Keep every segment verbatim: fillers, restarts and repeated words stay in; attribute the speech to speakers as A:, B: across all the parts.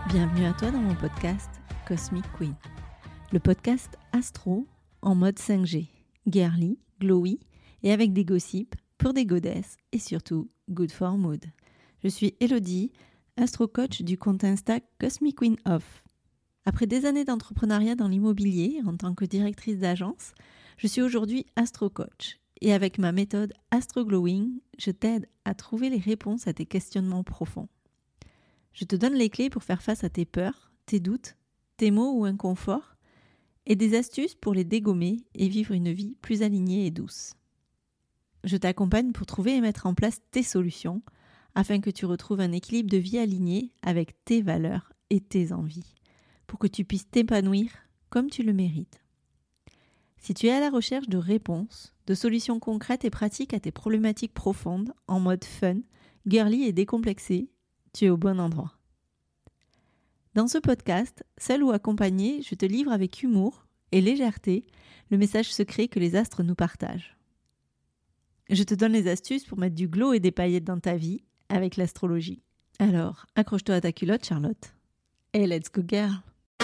A: Bienvenue à toi dans mon podcast Cosmic Queen, le podcast astro en mode cinq G, girly, glowy et avec des gossips pour des godesses et surtout good for mood. Je suis Elodie, astro-coach du compte Insta Cosmic Queen Off. Après des années d'entrepreneuriat dans l'immobilier en tant que directrice d'agence, je suis aujourd'hui astro-coach et avec ma méthode Astro Glowing, je t'aide à trouver les réponses à tes questionnements profonds. Je te donne les clés pour faire face à tes peurs, tes doutes, tes maux ou inconforts et des astuces pour les dégommer et vivre une vie plus alignée et douce. Je t'accompagne pour trouver et mettre en place tes solutions afin que tu retrouves un équilibre de vie aligné avec tes valeurs et tes envies pour que tu puisses t'épanouir comme tu le mérites. Si tu es à la recherche de réponses, de solutions concrètes et pratiques à tes problématiques profondes en mode fun, girly et décomplexé, tu es au bon endroit. Dans ce podcast, seul ou accompagné, je te livre avec humour et légèreté le message secret que les astres nous partagent. Je te donne les astuces pour mettre du glow et des paillettes dans ta vie avec l'astrologie. Alors, accroche-toi à ta culotte, Charlotte. Et let's go, girl!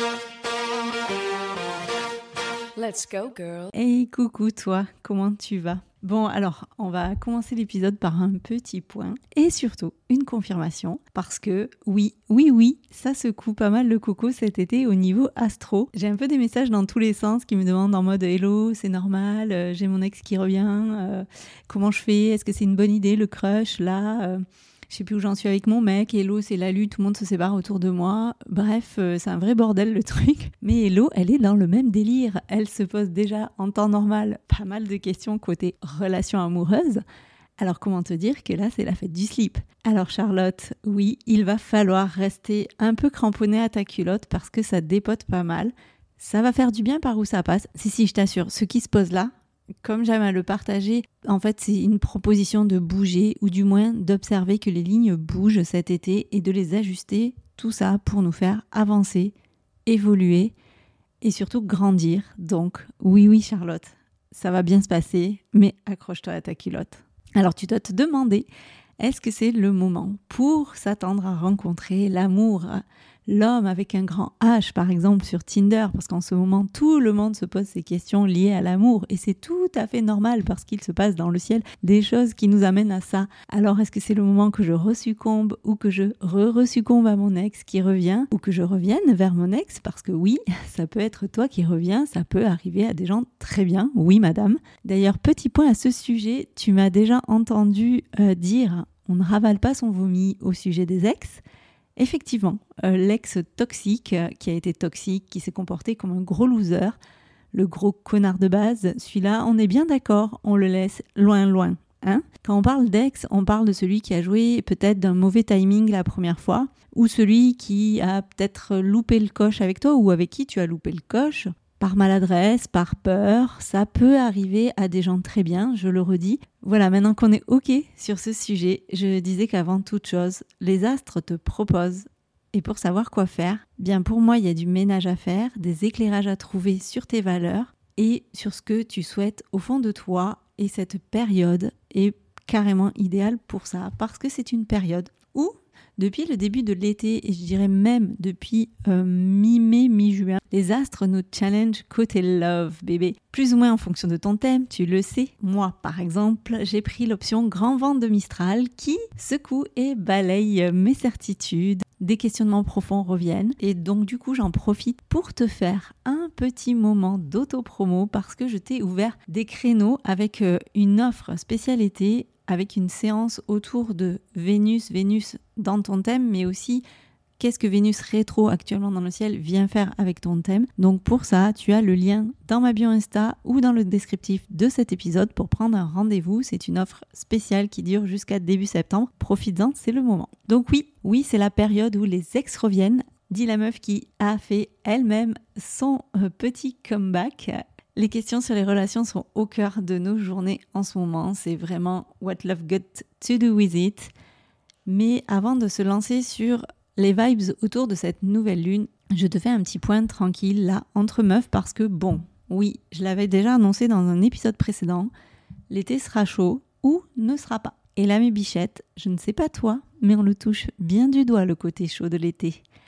B: Let's go, girl!
A: Hey, coucou toi, comment tu vas? Bon, alors, on va commencer l'épisode par un petit point et surtout une confirmation parce que oui, oui, oui, ça secoue pas mal le coco cet été au niveau astro. J'ai un peu des messages dans tous les sens qui me demandent en mode « Hello, c'est normal, euh, j'ai mon ex qui revient, euh, comment je fais? Est-ce que c'est une bonne idée le crush là euh, Je sais plus où j'en suis avec mon mec. Hello, c'est la lutte, tout le monde se sépare autour de moi. Bref, euh, c'est un vrai bordel le truc. Mais Hello, elle est dans le même délire. Elle se pose déjà en temps normal pas mal de questions côté relation amoureuse. Alors comment te dire que là, c'est la fête du slip? Alors Charlotte, oui, il va falloir rester un peu cramponnée à ta culotte parce que ça dépote pas mal. Ça va faire du bien par où ça passe. Si, si, je t'assure, ce qui se pose là, comme j'aime à le partager, en fait, c'est une proposition de bouger ou du moins d'observer que les lignes bougent cet été et de les ajuster, tout ça pour nous faire avancer, évoluer et surtout grandir. Donc, oui, oui, Charlotte, ça va bien se passer, mais accroche-toi à ta culotte. Alors, tu dois te demander, est-ce que c'est le moment pour s'attendre à rencontrer l'amour ? L'homme avec un grand H, par exemple, sur Tinder, parce qu'en ce moment, tout le monde se pose ces questions liées à l'amour, et c'est tout à fait normal parce qu'il se passe dans le ciel des choses qui nous amènent à ça. Alors, est-ce que c'est le moment que je resuccombe ou que je re-resuccombe à mon ex qui revient, ou que je revienne vers mon ex? Parce que oui, ça peut être toi qui reviens, ça peut arriver à des gens très bien, oui madame. D'ailleurs, petit point à ce sujet, tu m'as déjà entendu euh, dire « on ne ravale pas son vomi » au sujet des ex. Effectivement, euh, l'ex toxique, euh, qui a été toxique, qui s'est comporté comme un gros loser, le gros connard de base, celui-là, on est bien d'accord, on le laisse loin, loin. Hein? Quand on parle d'ex, on parle de celui qui a joué peut-être d'un mauvais timing la première fois, ou celui qui a peut-être loupé le coche avec toi, ou avec qui tu as loupé le coche, par maladresse, par peur, ça peut arriver à des gens très bien, je le redis. Voilà, maintenant qu'on est OK sur ce sujet, je disais qu'avant toute chose, les astres te proposent, et pour savoir quoi faire, bien pour moi, il y a du ménage à faire, des éclairages à trouver sur tes valeurs et sur ce que tu souhaites au fond de toi, et cette période est carrément idéale pour ça, parce que c'est une période où, depuis le début de l'été, et je dirais même depuis euh, mi-mai, mi-juin, les astres nous challenge côté love, bébé. Plus ou moins en fonction de ton thème, tu le sais. Moi, par exemple, j'ai pris l'option Grand Vent de Mistral qui secoue et balaye mes certitudes. Des questionnements profonds reviennent et donc du coup, j'en profite pour te faire un petit moment d'auto-promo parce que je t'ai ouvert des créneaux avec euh, une offre spéciale été avec une séance autour de Vénus, Vénus dans ton thème, mais aussi qu'est-ce que Vénus rétro actuellement dans le ciel vient faire avec ton thème. Donc pour ça, tu as le lien dans ma bio Insta ou dans le descriptif de cet épisode pour prendre un rendez-vous. C'est une offre spéciale qui dure jusqu'à début septembre. Profites-en, c'est le moment. Donc oui, oui, c'est la période où les ex reviennent, dit la meuf qui a fait elle-même son petit comeback. Les questions sur les relations sont au cœur de nos journées en ce moment. C'est vraiment what love got to do with it. Mais avant de se lancer sur les vibes autour de cette nouvelle lune, je te fais un petit point tranquille là, entre meufs, parce que bon, oui, je l'avais déjà annoncé dans un épisode précédent, l'été sera chaud ou ne sera pas. Et là, mes bichettes, je ne sais pas toi, mais on le touche bien du doigt le côté chaud de l'été.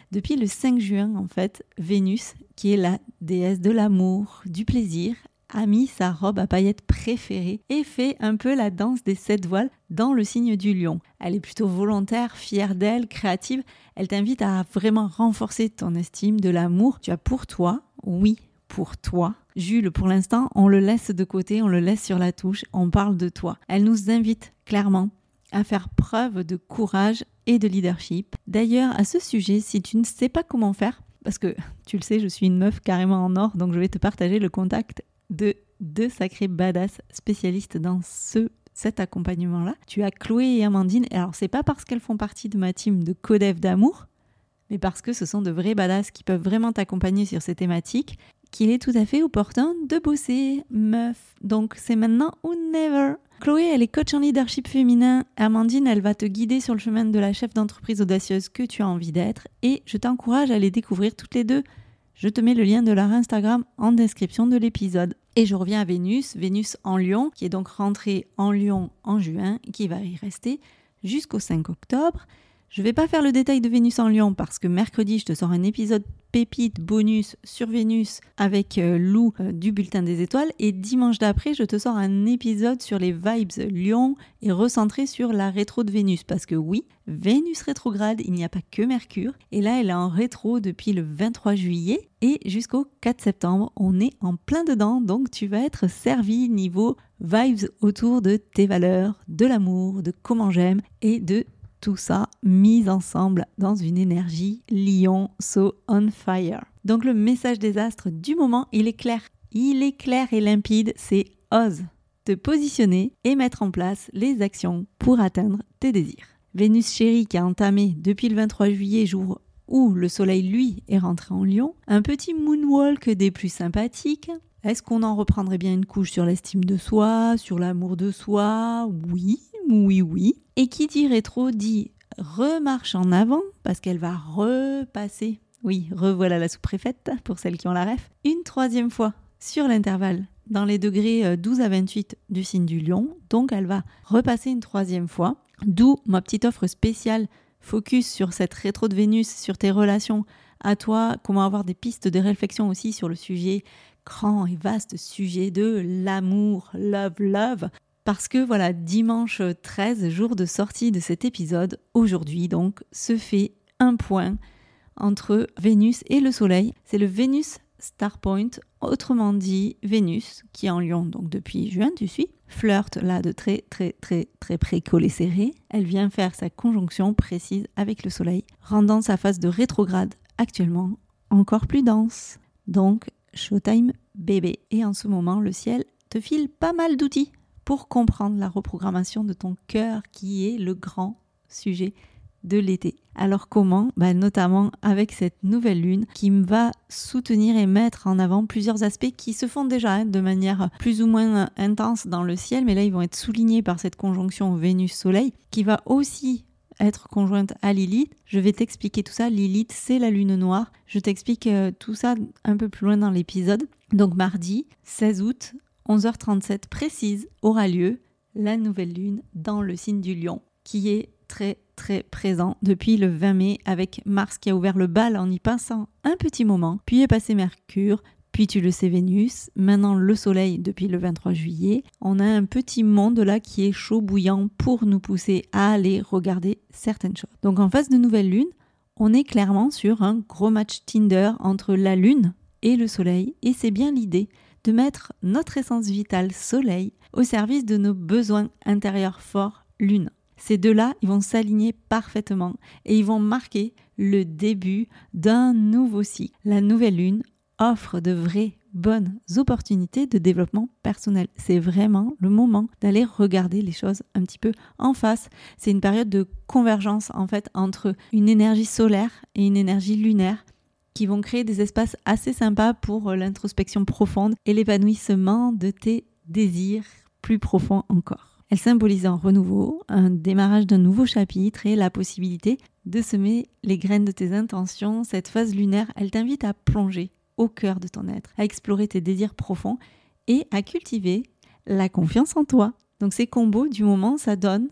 A: Depuis le cinq juin, en fait, Vénus, qui est la déesse de l'amour, du plaisir, a mis sa robe à paillettes préférée et fait un peu la danse des sept voiles dans le signe du lion. Elle est plutôt volontaire, fière d'elle, créative. Elle t'invite à vraiment renforcer ton estime de l'amour. Tu as pour toi, oui, pour toi. Jules, pour l'instant, on le laisse de côté, on le laisse sur la touche, on parle de toi. Elle nous invite clairement à faire preuve de courage et de leadership. D'ailleurs, à ce sujet, si tu ne sais pas comment faire, parce que tu le sais, je suis une meuf carrément en or, donc je vais te partager le contact de deux sacrés badass spécialistes dans ce, cet accompagnement-là. Tu as Chloé et Amandine. Et alors, c'est pas parce qu'elles font partie de ma team de codev d'amour, mais parce que ce sont de vrais badass qui peuvent vraiment t'accompagner sur ces thématiques, qu'il est tout à fait opportun de bosser, meuf. Donc, c'est maintenant ou never. Chloé, elle est coach en leadership féminin. Amandine, elle va te guider sur le chemin de la chef d'entreprise audacieuse que tu as envie d'être. Et je t'encourage à les découvrir toutes les deux. Je te mets le lien de leur Instagram en description de l'épisode. Et je reviens à Vénus, Vénus en Lion, qui est donc rentrée en Lion en juin, qui va y rester jusqu'au cinq octobre. Je ne vais pas faire le détail de Vénus en Lion parce que mercredi, je te sors un épisode pépite bonus sur Vénus avec euh, Lou euh, du Bulletin des Étoiles. Et dimanche d'après, je te sors un épisode sur les vibes Lion et recentré sur la rétro de Vénus. Parce que oui, Vénus rétrograde, il n'y a pas que Mercure. Et là, elle est en rétro depuis le vingt-trois juillet et jusqu'au quatre septembre. On est en plein dedans, donc tu vas être servi niveau vibes autour de tes valeurs, de l'amour, de comment j'aime et de tout ça mis ensemble dans une énergie Lion so on fire. Donc le message des astres du moment, il est clair. Il est clair et limpide, c'est ose te positionner et mettre en place les actions pour atteindre tes désirs. Vénus chérie qui a entamé depuis le vingt-trois juillet, jour où le soleil lui est rentré en Lion, un petit moonwalk des plus sympathiques. Est-ce qu'on en reprendrait bien une couche sur l'estime de soi, sur l'amour de soi? Oui, oui, oui. Et qui dit rétro dit remarche en avant parce qu'elle va repasser. Oui, revoilà la sous-préfète pour celles qui ont la ref. Une troisième fois sur l'intervalle dans les degrés douze à vingt-huit du signe du Lion. Donc elle va repasser une troisième fois. D'où ma petite offre spéciale focus sur cette rétro de Vénus, sur tes relations à toi, comment avoir des pistes de réflexion aussi sur le sujet grand et vaste sujet de l'amour, love, love. Parce que voilà, dimanche treize, jour de sortie de cet épisode, aujourd'hui donc, se fait un point entre Vénus et le Soleil. C'est le Vénus Star Point, autrement dit Vénus, qui est en Lion donc depuis juin, tu suis, flirte là de très très très très près collé serré. Elle vient faire sa conjonction précise avec le Soleil, rendant sa phase de rétrograde actuellement encore plus dense. Donc, showtime bébé. Et en ce moment, le ciel te file pas mal d'outils pour comprendre la reprogrammation de ton cœur qui est le grand sujet de l'été. Alors comment ? Bah, notamment avec cette nouvelle lune qui va soutenir et mettre en avant plusieurs aspects qui se font déjà hein, de manière plus ou moins intense dans le ciel, mais là ils vont être soulignés par cette conjonction Vénus-Soleil qui va aussi être conjointe à Lilith. Je vais t'expliquer tout ça. Lilith, c'est la lune noire. Je t'explique euh, tout ça un peu plus loin dans l'épisode. Donc mardi seize août, onze heures trente-sept précise, aura lieu la nouvelle lune dans le signe du Lion, qui est très très présent depuis le vingt mai avec Mars qui a ouvert le bal en y passant un petit moment, puis est passé Mercure, puis tu le sais Vénus, maintenant le Soleil depuis le vingt-trois juillet. On a un petit monde là qui est chaud bouillant pour nous pousser à aller regarder certaines choses. Donc en phase de nouvelle lune, on est clairement sur un gros match Tinder entre la lune et le Soleil et c'est bien l'idée de mettre notre essence vitale Soleil au service de nos besoins intérieurs forts Lune. Ces deux-là, ils vont s'aligner parfaitement et ils vont marquer le début d'un nouveau cycle. La nouvelle lune offre de vraies bonnes opportunités de développement personnel. C'est vraiment le moment d'aller regarder les choses un petit peu en face. C'est une période de convergence en fait entre une énergie solaire et une énergie lunaire qui vont créer des espaces assez sympas pour l'introspection profonde et l'épanouissement de tes désirs plus profonds encore. Elle symbolise un renouveau, un démarrage d'un nouveau chapitre et la possibilité de semer les graines de tes intentions. Cette phase lunaire, elle t'invite à plonger au cœur de ton être, à explorer tes désirs profonds et à cultiver la confiance en toi. Donc ces combos du moment, ça donne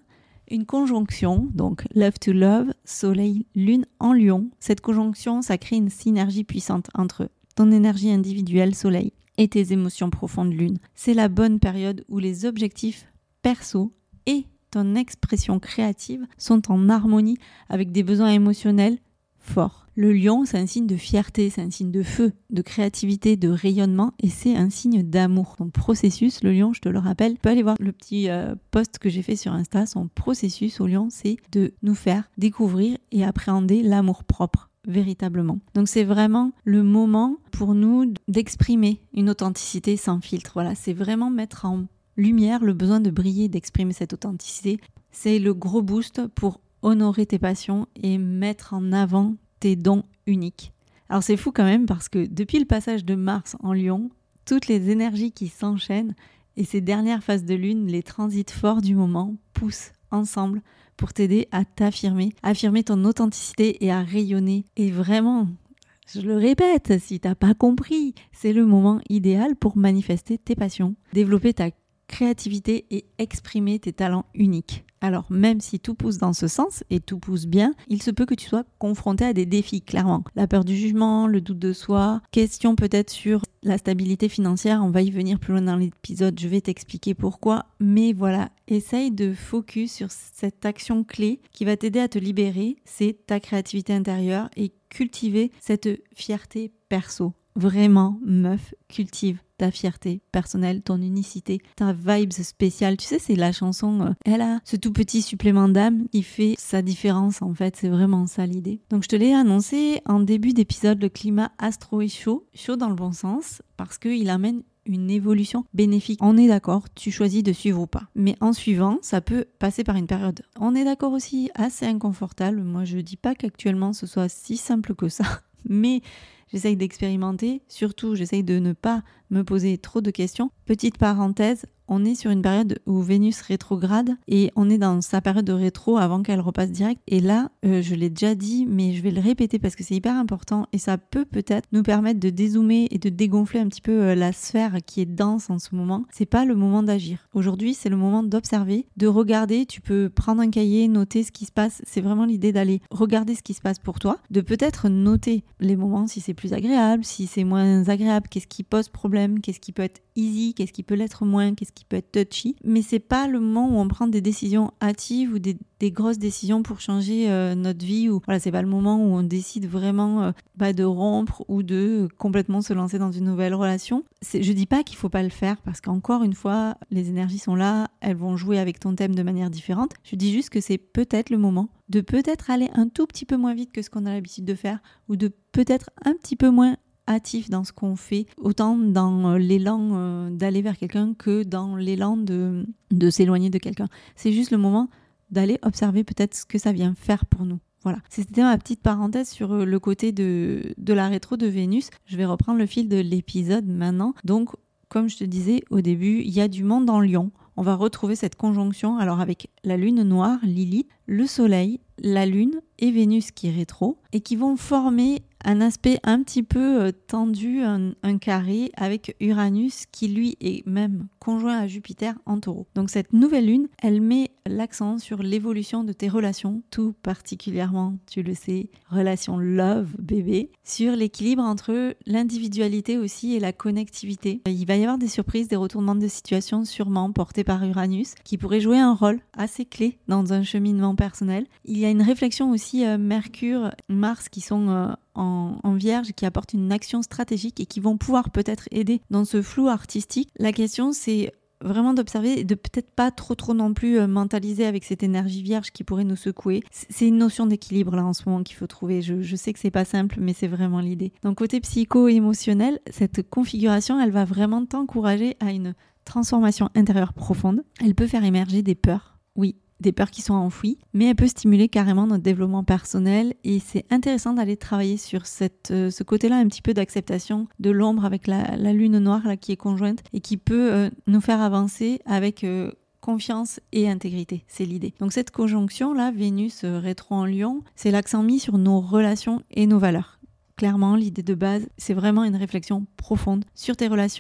A: Une conjonction, donc love to love, soleil, lune en lion. Cette conjonction, ça crée une synergie puissante entre ton énergie individuelle, soleil, et tes émotions profondes, lune. C'est la bonne période où les objectifs perso et ton expression créative sont en harmonie avec des besoins émotionnels forts. Le lion, c'est un signe de fierté, c'est un signe de feu, de créativité, de rayonnement et c'est un signe d'amour. Son processus, le lion, je te le rappelle, tu peux aller voir le petit euh, post que j'ai fait sur Insta. Son processus au lion, c'est de nous faire découvrir et appréhender l'amour propre, véritablement. Donc c'est vraiment le moment pour nous d'exprimer une authenticité sans filtre. Voilà, c'est vraiment mettre en lumière le besoin de briller, d'exprimer cette authenticité. C'est le gros boost pour honorer tes passions et mettre en avant tes dons uniques. Alors c'est fou quand même parce que depuis le passage de Mars en Lion, toutes les énergies qui s'enchaînent et ces dernières phases de lune, les transits forts du moment poussent ensemble pour t'aider à t'affirmer, à affirmer ton authenticité et à rayonner. Et vraiment, je le répète, si t'as pas compris, c'est le moment idéal pour manifester tes passions, développer ta créativité et exprimer tes talents uniques. Alors même si tout pousse dans ce sens et tout pousse bien, il se peut que tu sois confronté à des défis, clairement. La peur du jugement, le doute de soi, question peut-être sur la stabilité financière, on va y venir plus loin dans l'épisode, je vais t'expliquer pourquoi. Mais voilà, essaye de focus sur cette action clé qui va t'aider à te libérer, c'est ta créativité intérieure et cultiver cette fierté perso. Vraiment, meuf, cultive ta fierté personnelle, ton unicité, ta vibes spéciale. Tu sais, c'est la chanson, euh, elle a ce tout petit supplément d'âme qui fait sa différence en fait. C'est vraiment ça l'idée. Donc je te l'ai annoncé en début d'épisode, le climat astro est chaud. Chaud dans le bon sens parce qu'il amène une évolution bénéfique. On est d'accord, tu choisis de suivre ou pas. Mais en suivant, ça peut passer par une période. On est d'accord aussi assez inconfortable. Moi, je dis pas qu'actuellement ce soit si simple que ça. Mais j'essaye d'expérimenter, surtout j'essaye de ne pas me poser trop de questions. Petite parenthèse, on est sur une période où Vénus rétrograde et on est dans sa période de rétro avant qu'elle repasse direct. Et là, euh, je l'ai déjà dit, mais je vais le répéter parce que c'est hyper important et ça peut peut-être nous permettre de dézoomer et de dégonfler un petit peu euh, la sphère qui est dense en ce moment. C'est pas le moment d'agir. Aujourd'hui, c'est le moment d'observer, de regarder. Tu peux prendre un cahier, noter ce qui se passe. C'est vraiment l'idée d'aller regarder ce qui se passe pour toi, de peut-être noter les moments si c'est plus agréable, si c'est moins agréable, qu'est-ce qui pose problème, qu'est-ce qui peut être easy, qu'est-ce qui peut l'être moins, qu'est-ce qui peut être touchy. Mais c'est pas le moment où on prend des décisions hâtives ou des, des grosses décisions pour changer euh, notre vie. Ou voilà, c'est pas le moment où on décide vraiment euh, bah, de rompre ou de complètement se lancer dans une nouvelle relation. C'est, je dis pas qu'il faut pas le faire parce qu'encore une fois, les énergies sont là, elles vont jouer avec ton thème de manière différente. Je dis juste que c'est peut-être le moment de peut-être aller un tout petit peu moins vite que ce qu'on a l'habitude de faire ou de peut-être un petit peu moins hâtif dans ce qu'on fait, autant dans l'élan euh, d'aller vers quelqu'un que dans l'élan de, de s'éloigner de quelqu'un. C'est juste le moment d'aller observer peut-être ce que ça vient faire pour nous. Voilà, c'était ma petite parenthèse sur le côté de, de la rétro de Vénus. Je vais reprendre le fil de l'épisode maintenant. Donc, comme je te disais au début, il y a du monde en Lion. On va retrouver cette conjonction alors avec la lune noire, Lilith, le soleil, la lune et Vénus qui est rétro et qui vont former un aspect un petit peu euh, tendu, un, un carré avec Uranus qui lui est même conjoint à Jupiter en taureau. Donc cette nouvelle lune, elle met l'accent sur l'évolution de tes relations, tout particulièrement, tu le sais, relation love, bébé, sur l'équilibre entre l'individualité aussi et la connectivité. Il va y avoir des surprises, des retournements de situation sûrement portés par Uranus qui pourraient jouer un rôle assez clé dans un cheminement personnel. Il y a une réflexion aussi euh, Mercure, Mars qui sont euh, en, en Vierge, qui apportent une action stratégique et qui vont pouvoir peut-être aider dans ce flou artistique. La question c'est vraiment d'observer et de peut-être pas trop trop non plus euh, mentaliser avec cette énergie vierge qui pourrait nous secouer. C'est une notion d'équilibre là en ce moment qu'il faut trouver. Je, je sais que c'est pas simple mais c'est vraiment l'idée. Donc côté psycho-émotionnel, cette configuration elle va vraiment t'encourager à une transformation intérieure profonde. Elle peut faire émerger des peurs, oui, des peurs qui sont enfouies, mais elle peut stimuler carrément notre développement personnel et c'est intéressant d'aller travailler sur cette, euh, ce côté-là un petit peu d'acceptation de l'ombre avec la, la lune noire là, qui est conjointe et qui peut euh, nous faire avancer avec euh, confiance et intégrité, c'est l'idée. Donc cette conjonction-là, Vénus euh, rétro en Lion, c'est l'accent mis sur nos relations et nos valeurs. Clairement, l'idée de base, c'est vraiment une réflexion profonde sur tes relations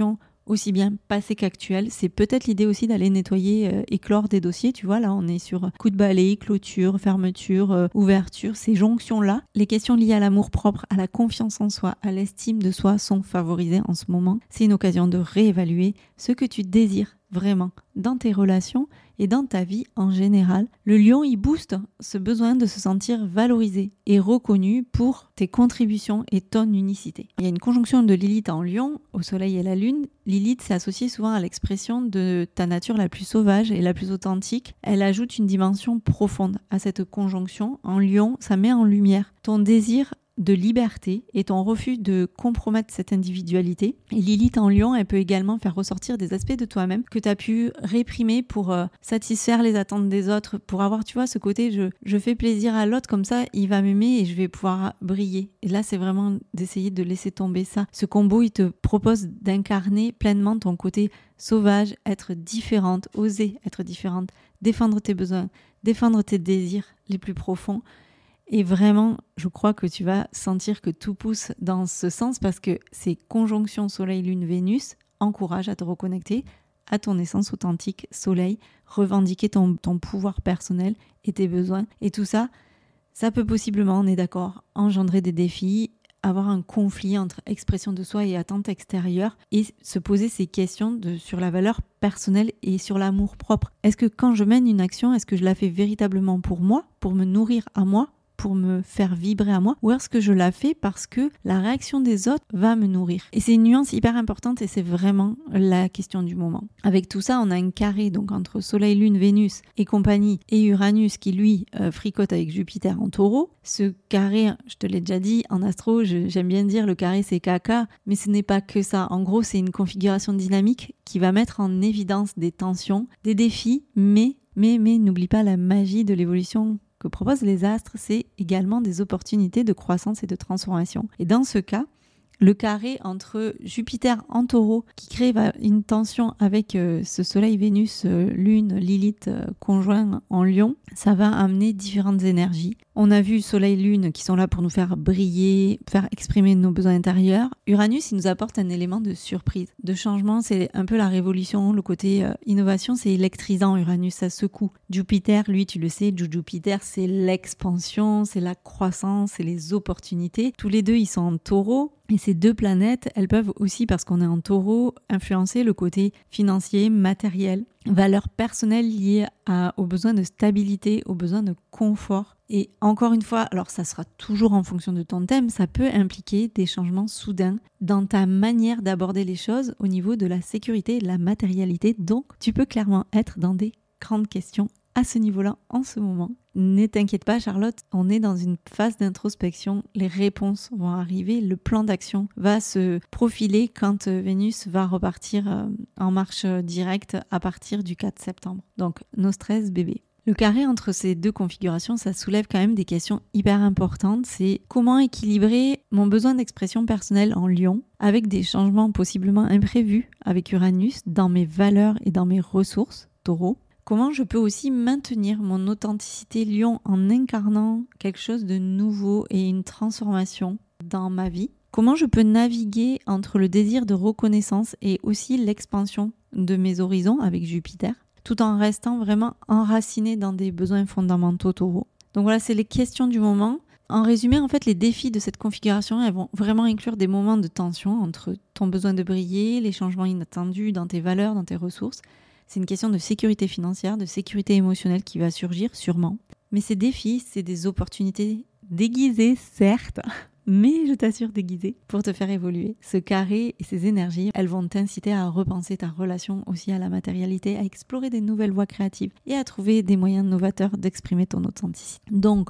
A: aussi bien passé qu'actuel. C'est peut-être l'idée aussi d'aller nettoyer, euh, éclore des dossiers. Tu vois, là, on est sur coup de balai, clôture, fermeture, euh, ouverture, ces jonctions-là. Les questions liées à l'amour-propre, à la confiance en soi, à l'estime de soi sont favorisées en ce moment. C'est une occasion de réévaluer ce que tu désires vraiment dans tes relations et dans ta vie en général. Le lion, il booste ce besoin de se sentir valorisé et reconnu pour tes contributions et ton unicité. Il y a une conjonction de Lilith en lion, au soleil et la lune. Lilith, c'est associé souvent à l'expression de ta nature la plus sauvage et la plus authentique. Elle ajoute une dimension profonde à cette conjonction. En lion, ça met en lumière ton désir de liberté et ton refus de compromettre cette individualité. Et Lilith en lion, elle peut également faire ressortir des aspects de toi-même que tu as pu réprimer pour euh, satisfaire les attentes des autres, pour avoir, tu vois, ce côté je, je fais plaisir à l'autre, comme ça il va m'aimer et je vais pouvoir briller. Et là, c'est vraiment d'essayer de laisser tomber ça. Ce combo, il te propose d'incarner pleinement ton côté sauvage, être différente, oser être différente, défendre tes besoins, défendre tes désirs les plus profonds. Et vraiment, je crois que tu vas sentir que tout pousse dans ce sens parce que ces conjonctions Soleil-Lune-Vénus encouragent à te reconnecter à ton essence authentique Soleil, revendiquer ton, ton pouvoir personnel et tes besoins. Et tout ça, ça peut possiblement, on est d'accord, engendrer des défis, avoir un conflit entre expression de soi et attente extérieure et se poser ces questions de, sur la valeur personnelle et sur l'amour propre. Est-ce que quand je mène une action, est-ce que je la fais véritablement pour moi, pour me nourrir à moi, pour me faire vibrer à moi, ou est-ce que je la fais parce que la réaction des autres va me nourrir? Et c'est une nuance hyper importante et c'est vraiment la question du moment. Avec tout ça, on a un carré donc entre Soleil, Lune, Vénus et compagnie et Uranus qui lui euh, fricote avec Jupiter en taureau. Ce carré, je te l'ai déjà dit, en astro, je, j'aime bien dire le carré c'est caca, mais ce n'est pas que ça. En gros, c'est une configuration dynamique qui va mettre en évidence des tensions, des défis, mais, mais, mais n'oublie pas la magie de l'évolution que proposent les astres, c'est également des opportunités de croissance et de transformation. Et dans ce cas, le carré entre Jupiter en taureau qui crée une tension avec euh, ce soleil, Vénus, euh, Lune, Lilith euh, conjoint en lion, ça va amener différentes énergies. On a vu soleil, lune qui sont là pour nous faire briller, faire exprimer nos besoins intérieurs. Uranus, il nous apporte un élément de surprise, de changement, c'est un peu la révolution, le côté euh, innovation, c'est électrisant. Uranus, ça secoue. Jupiter, lui, tu le sais, Jupiter, c'est l'expansion, c'est la croissance, c'est les opportunités. Tous les deux, ils sont en taureau. Et ces deux planètes, elles peuvent aussi, parce qu'on est en taureau, influencer le côté financier, matériel, valeurs personnelles liées à, aux besoins de stabilité, aux besoins de confort. Et encore une fois, alors ça sera toujours en fonction de ton thème, ça peut impliquer des changements soudains dans ta manière d'aborder les choses au niveau de la sécurité et de la matérialité. Donc, tu peux clairement être dans des grandes questions à ce niveau-là en ce moment. Ne t'inquiète pas Charlotte, on est dans une phase d'introspection, les réponses vont arriver, le plan d'action va se profiler quand Vénus va repartir en marche directe à partir du quatre septembre. Donc, no stress bébé. Le carré entre ces deux configurations, ça soulève quand même des questions hyper importantes. C'est comment équilibrer mon besoin d'expression personnelle en lion avec des changements possiblement imprévus avec Uranus dans mes valeurs et dans mes ressources, taureau. Comment je peux aussi maintenir mon authenticité lion en incarnant quelque chose de nouveau et une transformation dans ma vie? Comment je peux naviguer entre le désir de reconnaissance et aussi l'expansion de mes horizons avec Jupiter, tout en restant vraiment enraciné dans des besoins fondamentaux taureaux? Donc voilà, c'est les questions du moment. En résumé, en fait, les défis de cette configuration, elles vont vraiment inclure des moments de tension entre ton besoin de briller, les changements inattendus dans tes valeurs, dans tes ressources. C'est une question de sécurité financière, de sécurité émotionnelle qui va surgir sûrement. Mais ces défis, c'est des opportunités déguisées, certes, mais je t'assure déguisées, pour te faire évoluer. Ce carré et ces énergies, elles vont t'inciter à repenser ta relation aussi à la matérialité, à explorer des nouvelles voies créatives et à trouver des moyens novateurs d'exprimer ton authenticité. Donc,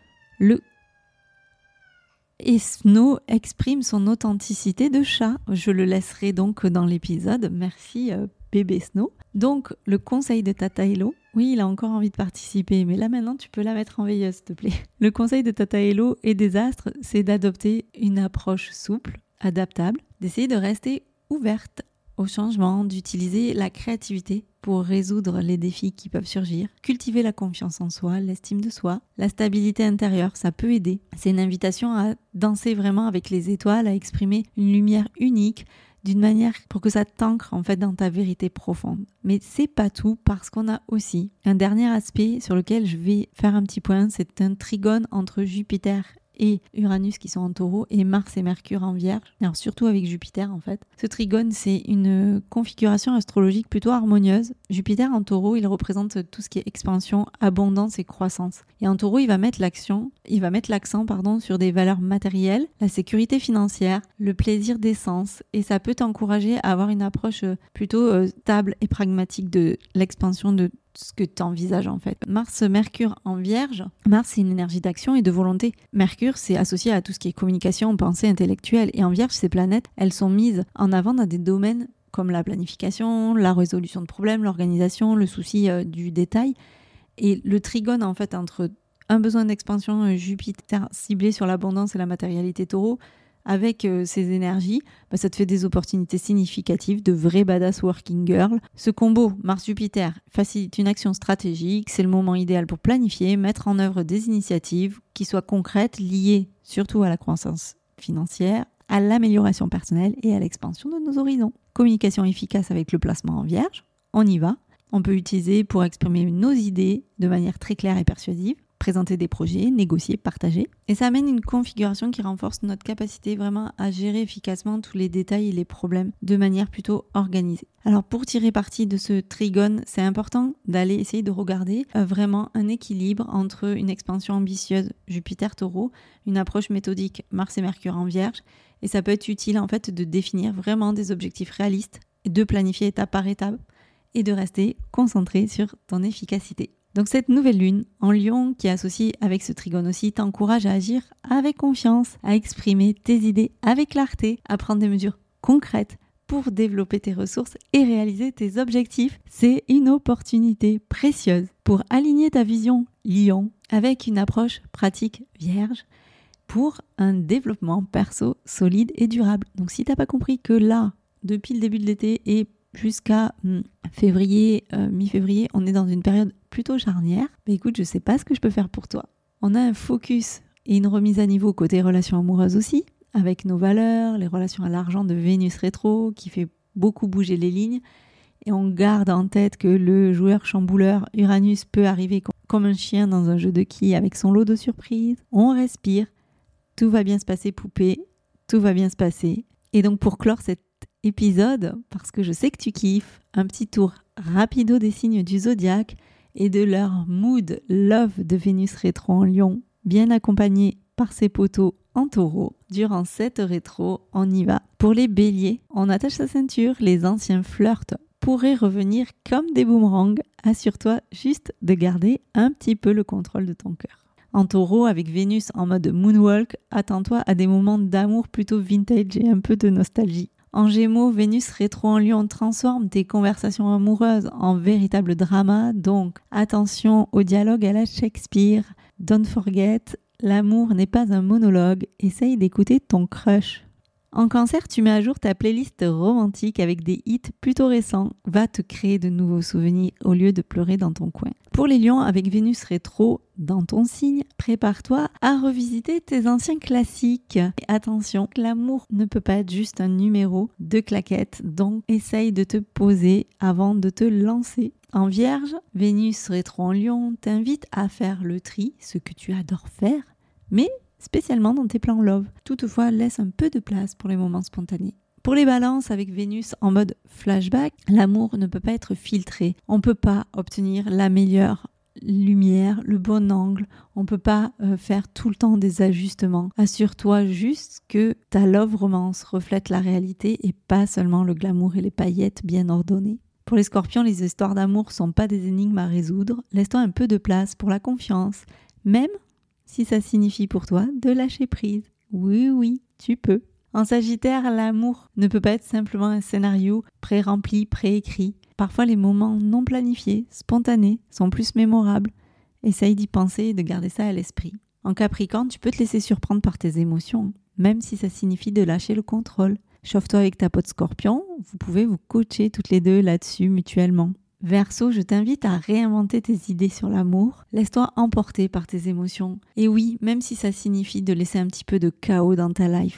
A: le Et Snow exprime son authenticité de chat. Je le laisserai donc dans l'épisode. Merci euh, bébé Snow. Donc, le conseil de Tata Hello. Oui, il a encore envie de participer, mais là maintenant tu peux la mettre en veilleuse, s'il te plaît. Le conseil de Tata Hello et des astres, c'est d'adopter une approche souple, adaptable, d'essayer de rester ouverte au changement, d'utiliser la créativité pour résoudre les défis qui peuvent surgir, cultiver la confiance en soi, l'estime de soi, la stabilité intérieure, ça peut aider. C'est une invitation à danser vraiment avec les étoiles, à exprimer une lumière unique, d'une manière pour que ça t'ancre en fait dans ta vérité profonde. Mais c'est pas tout parce qu'on a aussi un dernier aspect sur lequel je vais faire un petit point, c'est un trigone entre Jupiter et Uranus qui sont en taureau et Mars et Mercure en vierge. Alors surtout avec Jupiter en fait. Ce trigone, c'est une configuration astrologique plutôt harmonieuse. Jupiter en taureau, il représente tout ce qui est expansion, abondance et croissance. Et en taureau, il va mettre l'action, il va mettre l'accent pardon, sur des valeurs matérielles, la sécurité financière, le plaisir des sens. Et ça peut t'encourager à avoir une approche plutôt euh, stable et pragmatique de l'expansion de ce que tu envisages en fait. Mars, Mercure en vierge. Mars, c'est une énergie d'action et de volonté. Mercure, c'est associé à tout ce qui est communication, pensée intellectuelle. Et en vierge, ces planètes, elles sont mises en avant dans des domaines comme la planification, la résolution de problèmes, l'organisation, le souci euh, du détail. Et le trigone en fait entre un besoin d'expansion euh, Jupiter ciblé sur l'abondance et la matérialité taureau, avec euh, ces énergies, bah, ça te fait des opportunités significatives de vraies badass working girl. Ce combo Mars-Jupiter facilite une action stratégique, c'est le moment idéal pour planifier, mettre en œuvre des initiatives qui soient concrètes, liées surtout à la croissance financière, à l'amélioration personnelle et à l'expansion de nos horizons. Communication efficace avec le placement en vierge, on y va. On peut utiliser pour exprimer nos idées de manière très claire et persuasive, présenter des projets, négocier, partager. Et ça amène une configuration qui renforce notre capacité vraiment à gérer efficacement tous les détails et les problèmes de manière plutôt organisée. Alors pour tirer parti de ce trigone, c'est important d'aller essayer de regarder euh, vraiment un équilibre entre une expansion ambitieuse Jupiter-Taureau, une approche méthodique Mars et Mercure en Vierge. Et ça peut être utile en fait de définir vraiment des objectifs réalistes, de planifier étape par étape et de rester concentré sur ton efficacité. Donc cette nouvelle lune en Lion qui est associée avec ce trigone aussi t'encourage à agir avec confiance, à exprimer tes idées avec clarté, à prendre des mesures concrètes pour développer tes ressources et réaliser tes objectifs. C'est une opportunité précieuse pour aligner ta vision Lion avec une approche pratique Vierge pour un développement perso solide et durable. Donc si t'as pas compris que là, depuis le début de l'été et jusqu'à hum, février, euh, mi-février, on est dans une période plutôt charnière. Mais écoute, je sais pas ce que je peux faire pour toi. On a un focus et une remise à niveau côté relations amoureuses aussi, avec nos valeurs, les relations à l'argent de Vénus rétro qui fait beaucoup bouger les lignes. Et on garde en tête que le joueur chambouleur Uranus peut arriver comme un chien dans un jeu de quilles avec son lot de surprises. On respire, tout va bien se passer poupée, tout va bien se passer. Et donc pour clore cette épisode, parce que je sais que tu kiffes, un petit tour rapido des signes du zodiaque et de leur mood love de Vénus rétro en Lion, bien accompagné par ses poteaux en taureau. Durant cette rétro, on y va. Pour les béliers, on attache sa ceinture, les anciens flirts pourraient revenir comme des boomerangs. Assure-toi juste de garder un petit peu le contrôle de ton cœur. En taureau, avec Vénus en mode moonwalk, attends-toi à des moments d'amour plutôt vintage et un peu de nostalgie. En Gémeaux, Vénus rétro en Lion transforme tes conversations amoureuses en véritable drama, donc attention au dialogue à la Shakespeare. Don't forget, l'amour n'est pas un monologue, essaye d'écouter ton crush. En Cancer, tu mets à jour ta playlist romantique avec des hits plutôt récents, va te créer de nouveaux souvenirs au lieu de pleurer dans ton coin. Pour les lions, avec Vénus rétro dans ton signe, prépare-toi à revisiter tes anciens classiques. Et attention, l'amour ne peut pas être juste un numéro de claquettes, donc essaye de te poser avant de te lancer. En Vierge, Vénus rétro en Lion t'invite à faire le tri, ce que tu adores faire, mais spécialement dans tes plans love. Toutefois, laisse un peu de place pour les moments spontanés. Pour les balances, avec Vénus en mode flashback, l'amour ne peut pas être filtré. On ne peut pas obtenir la meilleure lumière, le bon angle. On ne peut pas euh, faire tout le temps des ajustements. Assure-toi juste que ta love romance reflète la réalité et pas seulement le glamour et les paillettes bien ordonnées. Pour les scorpions, les histoires d'amour ne sont pas des énigmes à résoudre. Laisse-toi un peu de place pour la confiance, même si ça signifie pour toi de lâcher prise. Oui, oui, tu peux. En Sagittaire, l'amour ne peut pas être simplement un scénario pré-rempli, pré-écrit. Parfois, les moments non planifiés, spontanés, sont plus mémorables. Essaye d'y penser et de garder ça à l'esprit. En Capricorne, tu peux te laisser surprendre par tes émotions, même si ça signifie de lâcher le contrôle. Chauffe-toi avec ta pote Scorpion, vous pouvez vous coacher toutes les deux là-dessus mutuellement. Verseau, je t'invite à réinventer tes idées sur l'amour. Laisse-toi emporter par tes émotions. Et oui, même si ça signifie de laisser un petit peu de chaos dans ta life.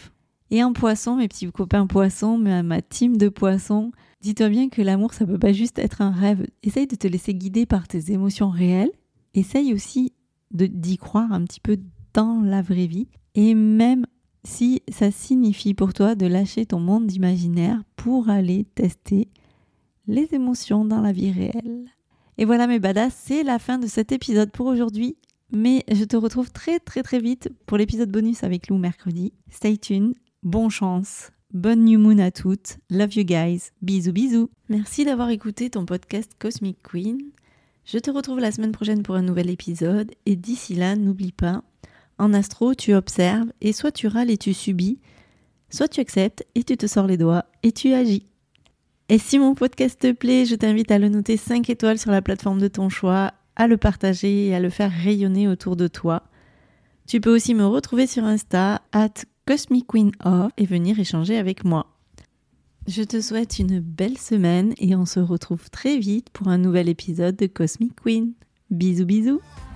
A: Et en poisson, mes petits copains poissons, ma, ma team de poissons, dis-toi bien que l'amour, ça peut pas juste être un rêve. Essaye de te laisser guider par tes émotions réelles. Essaye aussi de, d'y croire un petit peu dans la vraie vie. Et même si ça signifie pour toi de lâcher ton monde imaginaire pour aller tester les émotions dans la vie réelle. Et voilà mes badass, c'est la fin de cet épisode pour aujourd'hui. Mais je te retrouve très très très vite pour l'épisode bonus avec Lou mercredi. Stay tuned, bonne chance, bonne new moon à toutes, love you guys, bisous bisous. Merci d'avoir écouté ton podcast Cosmic Queen. Je te retrouve la semaine prochaine pour un nouvel épisode et d'ici là, n'oublie pas, en astro, tu observes et soit tu râles et tu subis, soit tu acceptes et tu te sors les doigts et tu agis. Et si mon podcast te plaît, je t'invite à le noter cinq étoiles sur la plateforme de ton choix, à le partager et à le faire rayonner autour de toi. Tu peux aussi me retrouver sur Insta, at cosmicqueenof, et venir échanger avec moi. Je te souhaite une belle semaine et on se retrouve très vite pour un nouvel épisode de Cosmic Queen. Bisous bisous.